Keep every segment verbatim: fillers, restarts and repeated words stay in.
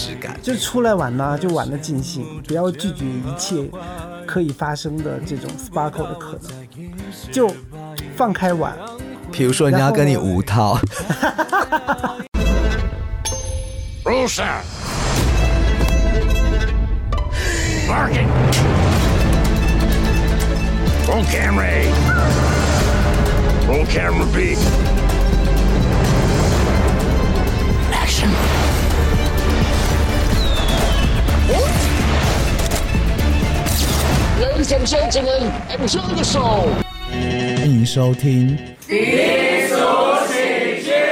质感。 就出来玩呢，就玩得尽兴，不要拒绝一切可以发生的这种 sparkle 的可能，就放开玩。 比如说人家要跟你无套。 Rusa. Marking. Roll camera A. Roll camera B. Action. Ladies and gentlemen, enjoy the show. 欢迎收听低俗喜剧。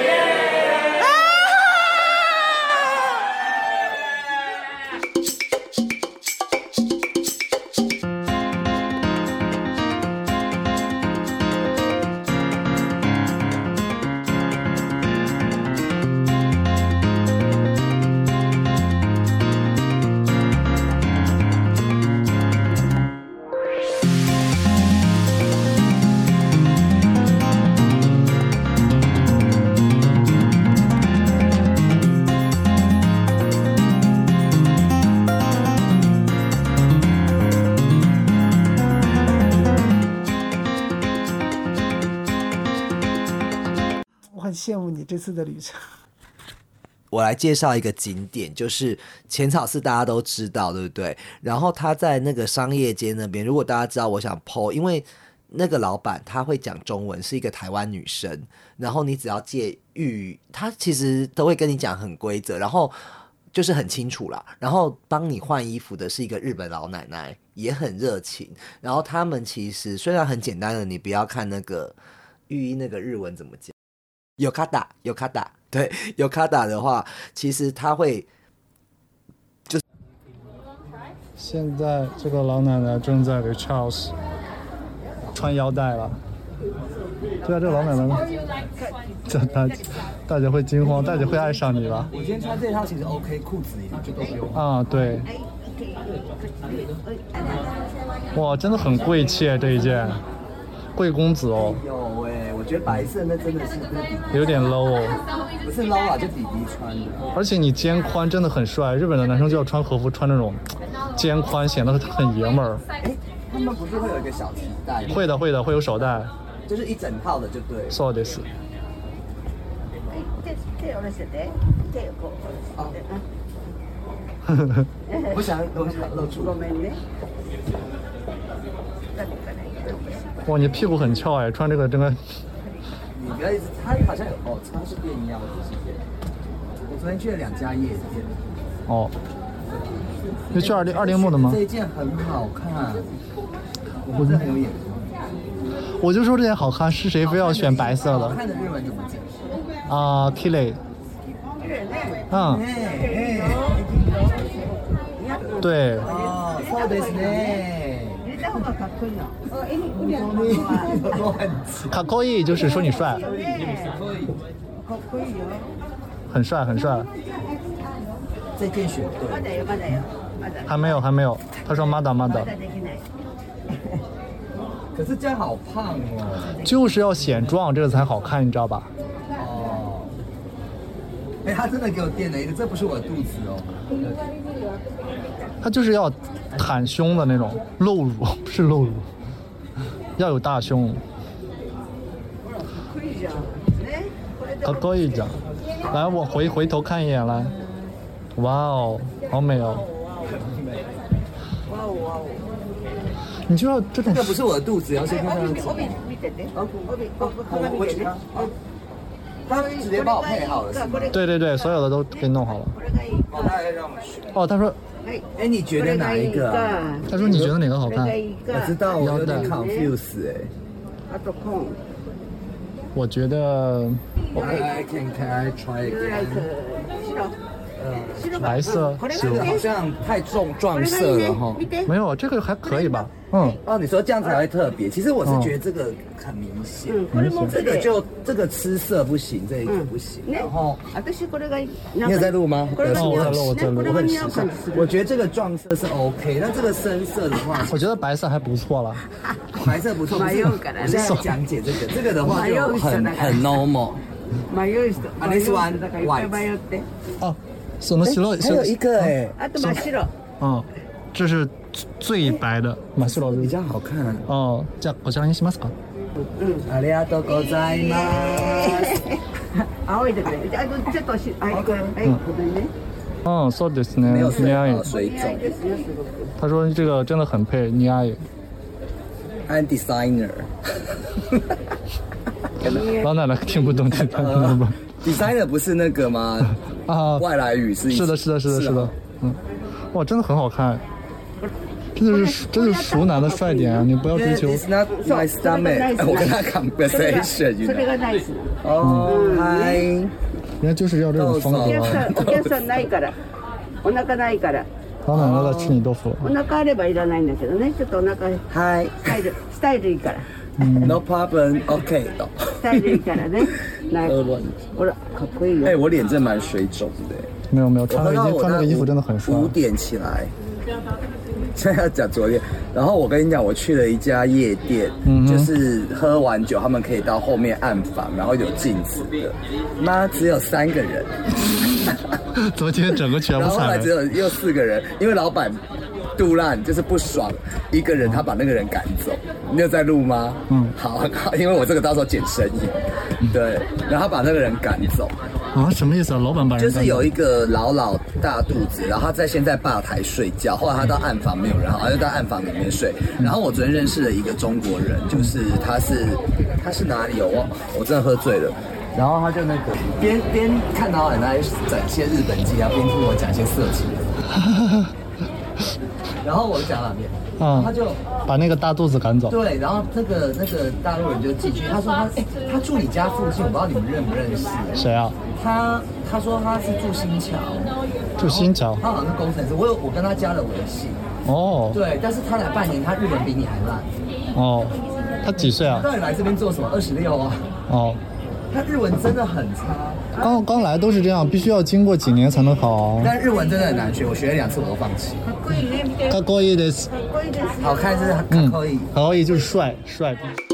羡慕你这次的旅程。 我来介绍一个景点，就是浅草寺，大家都知道对不对？然后他在那个商业街那边，如果大家知道我想 po， 因为那个老板他会讲中文，是一个台湾女生，然后你只要借玉，他其实都会跟你讲很规则，然后就是很清楚啦，然后帮你换衣服的是一个日本老奶奶，也很热情。然后他们其实虽然很简单的，你不要看那个浴衣那个日文怎么讲，Yokata Yokata， 对 Yokata 的话，其实他会就现在这个老奶奶正在给 Charles 穿腰带了。对啊，这个老奶奶，这大大姐会惊慌，大姐会爱上你吧？ 我今天穿这套其实 OK， 裤子也就都不用啊，对。哇，真的很贵气这一件。贵公子哦， 有哎，我觉得白色那真的是有点 low 哦， 不是 low 啊，就弟弟穿的。 而且你肩宽真的很帅，日本的男生就要穿和服，穿那种肩宽，显得很爷们儿。 哎，他们不是会有一个小提带吗？ 会的，会的，会有手带， 就是一整套的就对。 そうです。 我想，我想露出。 哇，你屁股很翘哎，穿这个真的。 你不要一直，他好像有哦，他是变腰的是不是？我昨天去了两家夜店。 哦。你去二丁二丁目的吗？ 这一件很好看，我真的很有眼光。 我就说这件好看，是谁非要选白色的？ 好看的日文怎么讲？ 啊 ，Kile。嗯。对。 哦，そうですね。 卡扣伊就是说你帅，很帅很帅。 这件选对， 还没有还没有，他说妈的妈的。 可是这样好胖哦。 就是要显壮，这个才好看，你知道吧？ 哦。哎，他真的给我垫了一个，这不是我的肚子哦。 他就是要袒胸的那种，露乳不是露乳，要有大胸。可可以讲，来，我回回头看一眼来。哇哦，好美哦！你知道这种？ 这不是我的肚子，要先看看。他直接帮我配好了是吗？ 对对对，所有的都给你弄好了。 哦，他还让我选。 哦，他说。 哎，你觉得哪一个啊？ 他说你觉得哪个好看？ 我知道，我有点 confuse 哎。 我觉得。 I can can I try again？ 白色， 这个好像太重撞色了哈。 没有，这个还可以吧？嗯。 哦，你说这样才会特别。其实我是觉得这个很明显，这个就这个吃色不行，这一个不行。然后，你有在录吗？ 我在录，我在录。 我很时尚。我觉得这个撞色是 OK， 但这个深色的话， 我觉得白色还不错了。 白色不错，不是。我现在讲解这个，这个的话就很很 normal。啊 ，this one white。 哦。 その白い还有一个哎、 あと真っ白。 嗯，这是最白的真っ白比较好看。 哦，じゃあこちらにしますか。 ありがとうございます。 青いでくれ。あとちょっとし、はい、はい、これね。 嗯，そうですね。 没有水似合い泡水肿。 他说这个真的很配，似合い。 I'm designer。 老奶奶听不懂这个听不懂。 designer 不是那个吗？ 啊， 外来语是。 是的，是的，是的，是的。嗯，哇，真的很好看。这就是这就是熟男的帅点啊！你不要追求。 It's not my stomach。我跟他 conversation。 それがナイス。 哦，嗨。 人家就是要这种风格。 お客さん、お客さんないから、お腹ないから。 老奶奶在吃你豆腐。 お腹あればいらないんだけどね、ちょっとお腹。 嗨。 スタイル、スタイルいいから。 No problem. OK 的。 スタイルいいからね。来，ほら、かっこいいよ。 哎，我脸真蛮水肿的。 没有没有，穿那个衣穿那个衣服真的很帅。 五点起来。现在要讲昨天，然后我跟你讲，我去了一家夜店，嗯、就是喝完酒，他们可以到后面暗房，然后有镜子的。妈，只有三个人。 昨天整个全部。 然后后来只有又四个人，因为老板杜烂就是不爽，一个人他把那个人赶走。你有在录吗？嗯，好，好，因为我这个到时候剪声音。对，然后他把那个人赶走。 啊，什么意思啊？老板把人就是有一个老老大肚子，然后他在先在吧台睡觉，后来他到暗房没有人，好像在暗房里面睡。然后我昨天认识了一个中国人，就是他是他是哪里有忘，我真的喝醉了。然后他就那个边边看导演在展现日本技啊，边听我讲一些色情。然后我讲哪边？嗯，他就把那个大肚子赶走。 对，然后那个那个大陆人就进去，他说他哎、欸，他住你家附近，我不知道你们认不认识。 谁啊？ 他他说他是住新桥。 住新桥？ 他好像是工程师，我有我跟他加了微信。 哦。对， 但是他来半年，他日文比你还烂。 哦。他几岁啊？ 到底来这边做什么？二十六啊。哦。他日文真的很差。 刚刚来都是这样，必须要经过几年才能好。 但日文真的很难学，我学了两次我都放弃。 かっこいいです。 好看是かっこいい。 かっこいい就是帅帅。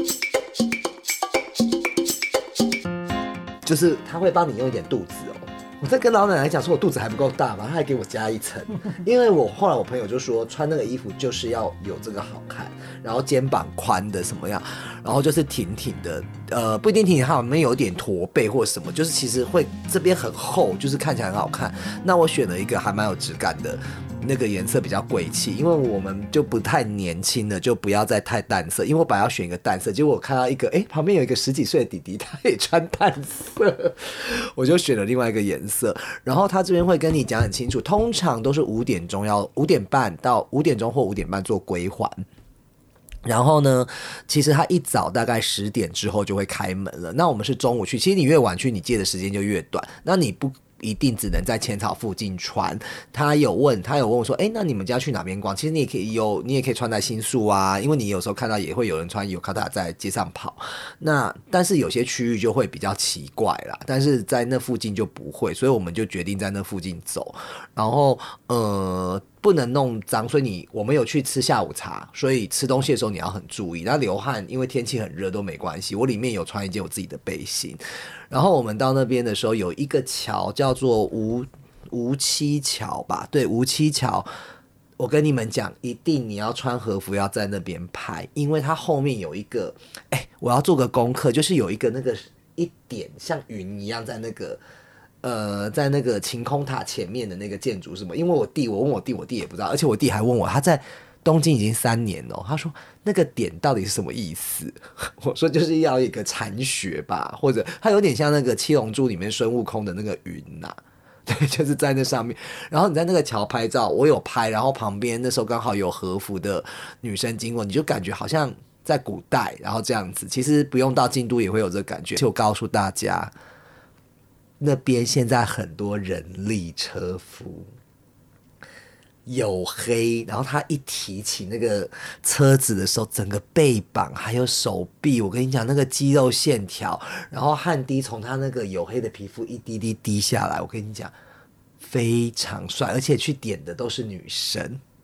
就是他会帮你用一点肚子哦。我在跟老奶奶讲说我肚子还不够大嘛，他还给我加一层，因为我后来我朋友就说穿那个衣服就是要有这个好看，然后肩膀宽的什么样，然后就是挺挺的，呃，不一定挺挺，它好像有点驼背或什么，就是其实会这边很厚，就是看起来很好看。那我选了一个还蛮有质感的。那个颜色比较贵气，因为我们就不太年轻了，就不要再太淡色。因为我本来要选一个淡色，结果我看到一个，哎，旁边有一个十几岁的弟弟，他也穿淡色，我就选了另外一个颜色。然后他这边会跟你讲很清楚，通常都是五点钟要五点半到五点钟或五点半做归还。然后呢，其实他一早大概十点之后就会开门了。那我们是中午去，其实你越晚去，你借的时间就越短。那你不一定只能在浅草附近穿。他有问，他有问我说：“哎，那你们家去哪边逛？”其实你也可以有，你也可以穿在新宿啊，因为你有时候看到也会有人穿尤卡塔在街上跑。那但是有些区域就会比较奇怪啦，但是在那附近就不会，所以我们就决定在那附近走。然后呃。不能弄脏，所以你我们有去吃下午茶，所以吃东西的时候你要很注意。那流汗，因为天气很热都没关系。我里面有穿一件我自己的背心。然后我们到那边的时候，有一个桥叫做吴吴七桥吧，对，吴七桥。我跟你们讲，一定你要穿和服要在那边拍，因为它后面有一个，哎，我要做个功课，就是有一个那个一点像云一样在那个。呃，在那个晴空塔前面的那个建筑是什么？因为我弟，我问我弟，我弟也不知道，而且我弟还问我，他在东京已经三年了，他说那个点到底是什么意思？我说就是要一个禅学吧，或者它有点像那个七龙珠里面孙悟空的那个云呐、啊，对，就是在那上面。然后你在那个桥拍照，我有拍，然后旁边那时候刚好有和服的女生经过，你就感觉好像在古代，然后这样子。其实不用到京都也会有这个感觉。就告诉大家。那边现在很多人力车夫，黝黑，然后他一提起那个车子的时候，整个背膀还有手臂，我跟你讲那个肌肉线条，然后汗滴从他那个黝黑的皮肤一滴滴滴下来，我跟你讲非常帅，而且去点的都是女生。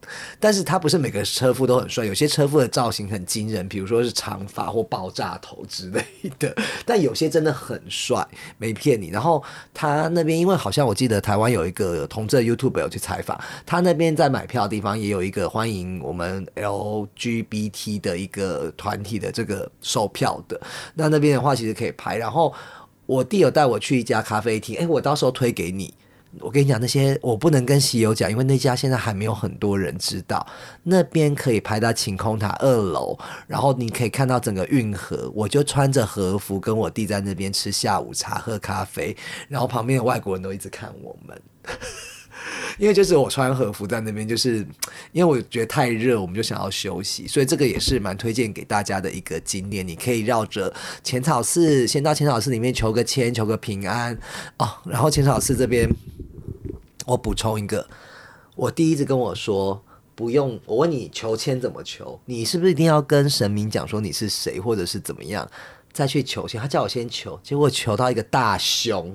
但是他不是每个车夫都很帅，有些车夫的造型很惊人，比如说是长发或爆炸头之类的，但有些真的很帅，没骗你。然后他那边因为好像我记得台湾有一个同志的 YouTube 有去采访，他那边在买票的地方也有一个欢迎我们 L G B T 的一个团体的这个售票的，那那边的话其实可以拍。然后我弟有带我去一家咖啡厅，哎，我到时候推给你。我跟你讲，那些我不能跟喜友讲，因为那家现在还没有很多人知道。那边可以拍到晴空塔二楼，然后你可以看到整个运河。我就穿着和服跟我弟在那边吃下午茶、喝咖啡，然后旁边的外国人都一直看我们。因为就是我穿和服在那边，就是因为我觉得太热，我们就想要休息，所以这个也是蛮推荐给大家的一个景点。你可以绕着浅草寺，先到浅草寺里面求个签，求个平安哦。然后浅草寺这边，我补充一个，我弟一直跟我说，不用，我问你求签怎么求，你是不是一定要跟神明讲说你是谁，或者是怎么样再去求签？他叫我先求，结果求到一个大凶。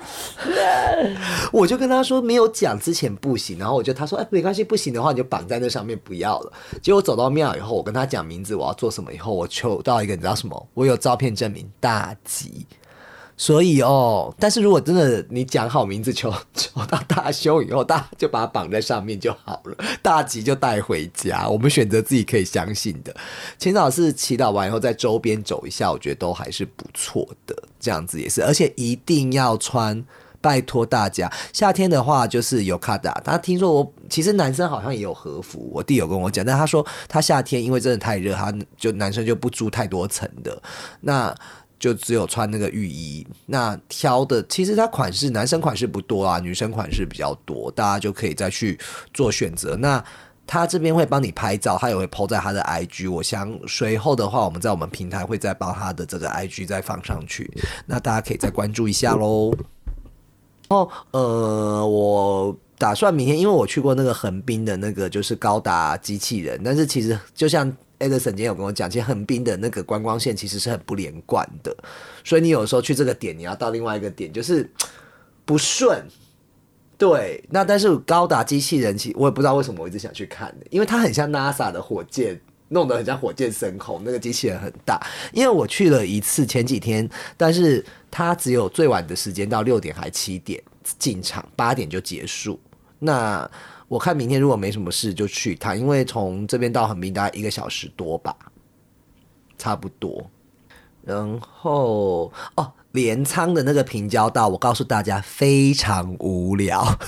我就跟他说没有讲之前不行，然后我就他说哎没关系，不行的话你就绑在那上面不要了。结果走到庙以后，我跟他讲名字我要做什么以后，我求到一个你知道什么？我有照片证明大吉。所以哦，但是如果真的你讲好名字求求到大凶以后，大家就把它绑在上面就好了，大吉就带回家。我们选择自己可以相信的。浅草寺祈祷完以后，在周边走一下，我觉得都还是不错的。这样子也是，而且一定要穿。拜托大家，夏天的话就是有卡达。他听说我其实男生好像也有和服，我弟有跟我讲，但他说他夏天因为真的太热，他就男生就不租太多层的，那就只有穿那个浴衣。那挑的其实他款式男生款式不多啊，女生款式比较多，大家就可以再去做选择。那他这边会帮你拍照，他也会 po 在他的 I G， 我想随后的话我们在我们平台会再帮他的这个 I G 再放上去，那大家可以再关注一下咯。然后呃，我打算明天，因为我去过那个横滨的那个就是高达机器人，但是其实就像 Edison 今天有跟我讲，其实横滨的那个观光线其实是很不连贯的，所以你有时候去这个点，你要到另外一个点就是不顺。对，那但是高达机器人，其我也不知道为什么我一直想去看的，因为它很像 NASA 的火箭。弄得很像火箭升空，那个机器人很大。因为我去了一次前几天，但是它只有最晚的时间到六点还七点进场，八点就结束。那我看明天如果没什么事就去它，因为从这边到横滨大概一个小时多吧，差不多。然后哦，镰仓的那个平交道，我告诉大家非常无聊，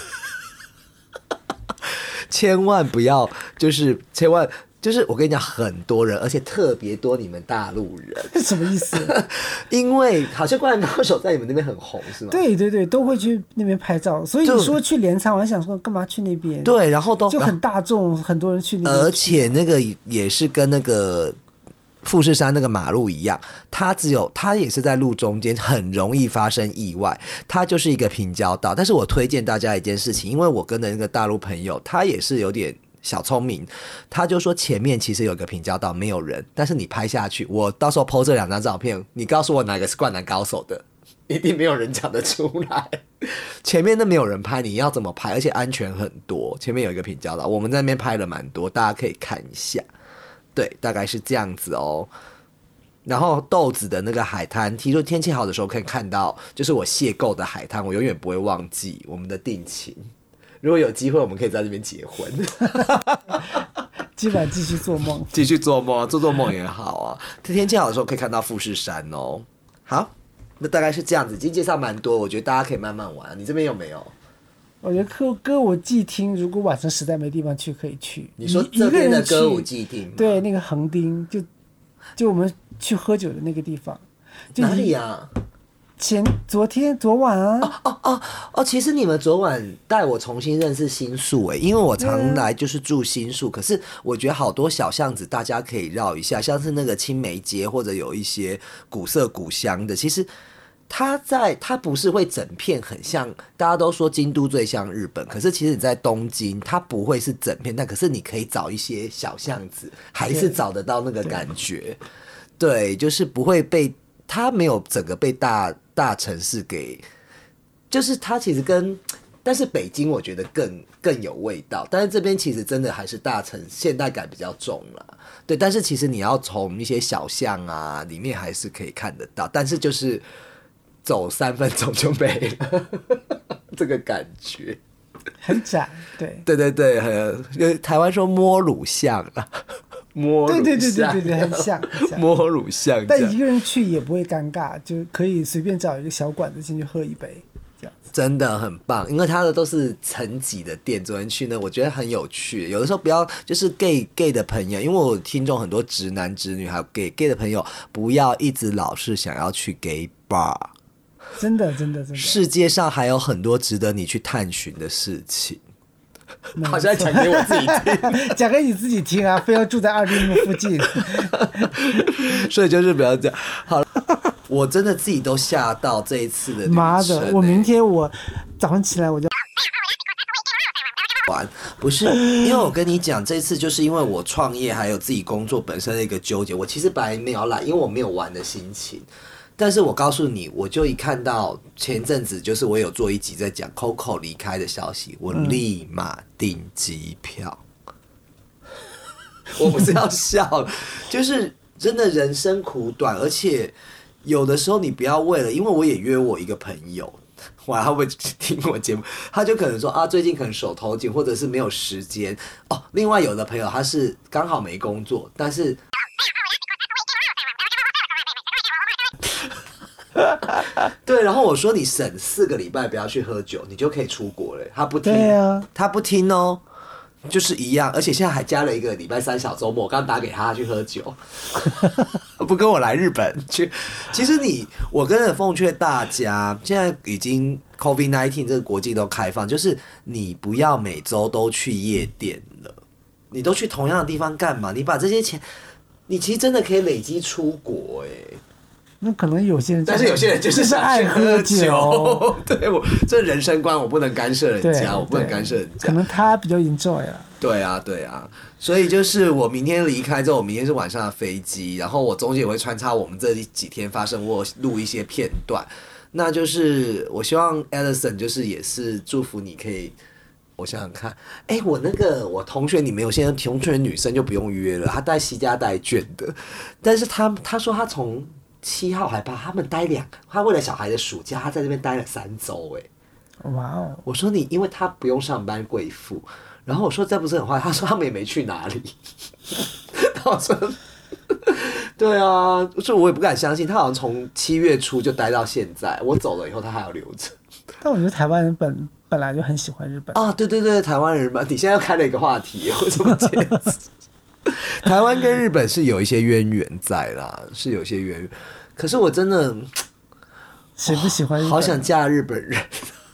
千万不要，就是千万。就是我跟你讲，很多人，而且特别多你们大陆人， 什么意思？ 因为好像《灌篮高手》在你们那边很红，是吗？ 对对对，都会去那边拍照。所以你说去镰仓，我还想说干嘛去那边？ 对，然后都就很大众，很多人去那边。 而且那个也是跟那个富士山那个马路一样，它只有它也是在路中间，很容易发生意外。它就是一个平交道，但是我推荐大家一件事情，因为我跟的那个大陆朋友，他也是有点。小聪明，他就说前面其实有个平交道没有人，但是你拍下去，我到时候 po 这两张照片，你告诉我哪个是灌篮高手的，一定没有人讲得出来。前面都没有人拍，你要怎么拍？而且安全很多，前面有一个平交道，我们在那边拍了蛮多，大家可以看一下。对，大概是这样子哦。然后豆子的那个海滩，听说天气好的时候可以看到，就是我邂逅的海滩，我永远不会忘记我们的定情。如果有机会，我们可以在这边结婚。 今晚继续做梦， 继续做梦，做做梦也好啊。天气好的时候可以看到富士山哦。好，那大概是这样子。今天介绍蛮多，我觉得大家可以慢慢玩。你这边有没有？ 我觉得歌歌舞伎町，如果晚上实在没地方去，可以去。 你说这边的歌舞伎町？ 对，那个横滨，就就我们去喝酒的那个地方。 哪里啊？ 前昨天昨晚啊， 哦哦哦哦，其实你们昨晚带我重新认识新宿哎，因为我常来就是住新宿，可是我觉得好多小巷子大家可以绕一下，像是那个青梅街或者有一些古色古香的，其实它在它不是会整片很像，大家都说京都最像日本，可是其实你在东京它不会是整片，但可是你可以找一些小巷子，还是找得到那个感觉，对，就是不会被。它没有整个被大大城市给，就是它其实跟， 但是北京我觉得更更有味道，但是这边其实真的还是大城现代感比较重了，对。但是其实你要从一些小巷啊里面还是可以看得到，但是就是走三分钟就没了，这个感觉很窄，对对对对，很台湾说摸乳巷啊。摸乳巷， 对对对对对对，很像，很像摸乳巷。 但一个人去也不会尴尬，就可以随便找一个小馆子进去喝一杯，这样子真的很棒。因为它的都是层级的店，昨天去呢，我觉得很有趣。有的时候不要就是 gay gay 的朋友，因为我听众很多直男直女，还有 gay gay 的朋友，不要一直老是想要去 gay bar。 真的真的真的， 世界上还有很多值得你去探寻的事情。好像讲给我自己听， 讲给你自己听啊！非要住在二丁目附近， 所以就是不要这样。好了，我真的自己都吓到这一次的旅程、欸。 妈的！我明天我早上起来我就玩，不是因为我跟你讲，这次就是因为我创业还有自己工作本身的一个纠结。我其实本来没有来，因为我没有玩的心情。但是我告诉你，我就一看到前阵子就是我有做一集在讲 Coco 离开的消息，我立马订机票。嗯、我不是要笑，就是真的人生苦短，而且有的时候你不要为了，因为我也约我一个朋友，哇，他会听我节目，他就可能说啊，最近可能手头紧，或者是没有时间哦。另外有的朋友他是刚好没工作，但是。对，然后我说你省四个礼拜不要去喝酒，你就可以出国了。他不听， 对啊， 他不听哦，就是一样，而且现在还加了一个礼拜三小周末。我刚打给他去喝酒，不跟我来日本去。其实你，我真的奉劝大家，现在已经 COVID 十九 这个国际都开放，就是你不要每周都去夜店了，你都去同样的地方干嘛？你把这些钱，你其实真的可以累积出国哎、欸。 那可能有些人， 但是有些人就是想爱喝酒。 对，我这人生观我不能干涉人家，我不能干涉人家。 可能他比较 enjoy 了。 对啊，对啊，所以就是我明天离开之后，我明天是晚上的飞机，然后我中间也会穿插我们这几天发生过录一些片段。那就是我希望 Edison 就是也是祝福你可以。我想想看，哎、欸，我那个我同学里面有些同学女生就不用约了，她带惜家带眷的，但是她她说她从七号还八，他们待两，他为了小孩的暑假，他在这边待了三周，哎， 哇哦！ 我说你，因为他不用上班，贵妇，然后我说这不是很坏，他说他们也没去哪里，然后我说，对啊，所以我也不敢相信，他好像从七月初就待到现在，我走了以后他还要留着。 但我觉得台湾人本本来就很喜欢日本啊，对对对，台湾人嘛，你现在又开了一个话题，为什么这样子？台湾跟日本是有一些渊源在啦，是有一些渊源。可是我真的， 谁不喜欢日本？ 好想嫁日本人。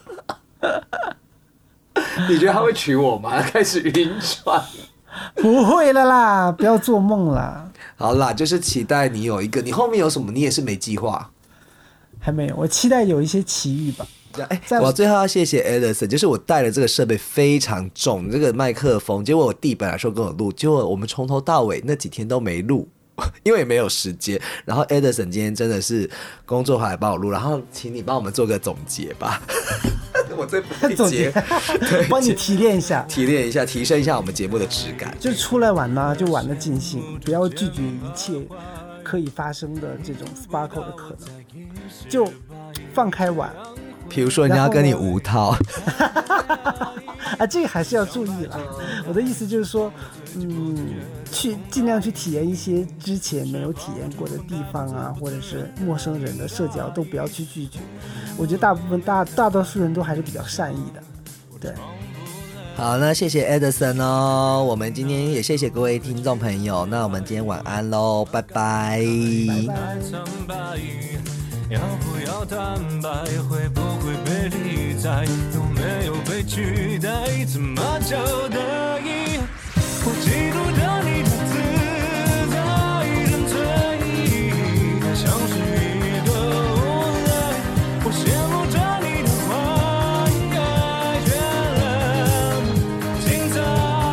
你觉得他会娶我吗？开始晕船。 不会了啦，不要做梦啦。 好啦，就是期待你有一个，你后面有什么？你也是没计划？ 还没有，我期待有一些奇遇吧。 哎、欸，我最后要谢谢 Edison， 就是我带了这个设备非常重，这个麦克风，结果我弟本来说跟我录，结果我们从头到尾那几天都没录，因为也没有时间。然后 Edison 今天真的是工作回来帮我录，然后请你帮我们做个总结吧。我这不总结，帮你提炼一下， 提炼一下，提升一下我们节目的质感。 就出来玩呢，就玩得尽兴，不要拒绝一切可以发生的这种 sparkle 的可能，就放开玩。 比如说人家要跟你无套啊，这个还是要注意啦。我的意思就是说，嗯，去尽量去体验一些之前没有体验过的地方啊，或者是陌生人的社交，都不要去拒绝。我觉得大部分大大多数人都还是比较善意的，对。 好，那谢谢 Edison 哦，我们今天也谢谢各位听众朋友，那我们今天晚安喽，拜拜。拜拜。 要不要坦白？会不会被理睬？有没有被取代？怎么叫得意？我嫉妒着你的自在，纯粹，像是一个无赖。我羡慕着你的花开绚烂精彩，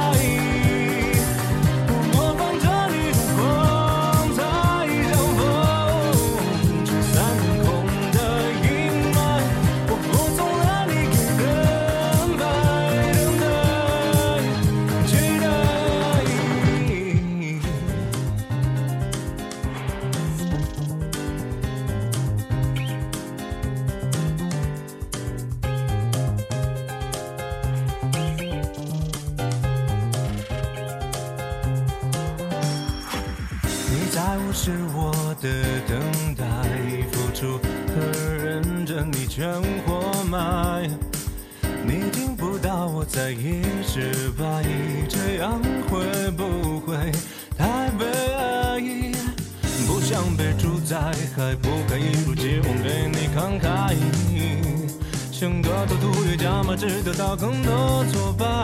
我模仿着你的光彩，像风吹散。 是我的等待，付出和认真你全活埋。你听不到我在意失败，这样会不会太悲哀？不想被主宰，还不该一如既往对你慷慨，像个赌徒越加码，只得到更多挫败。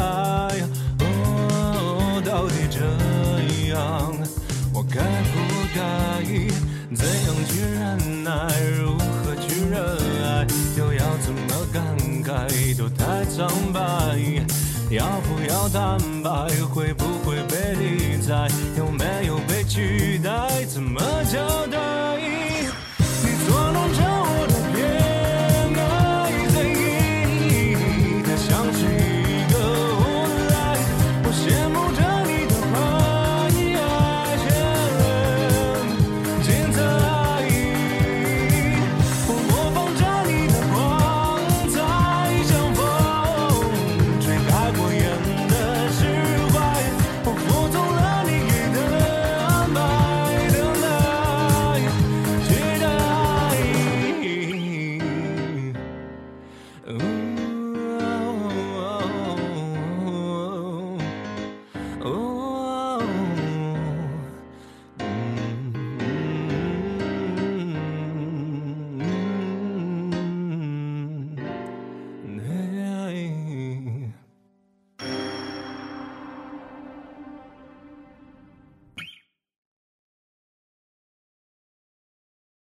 哦，到底这样我该不该？怎样去忍耐？如何去热爱？又要怎么感慨？都太苍白。要不要坦白？会不会被理睬？有没有被取代？怎么交代？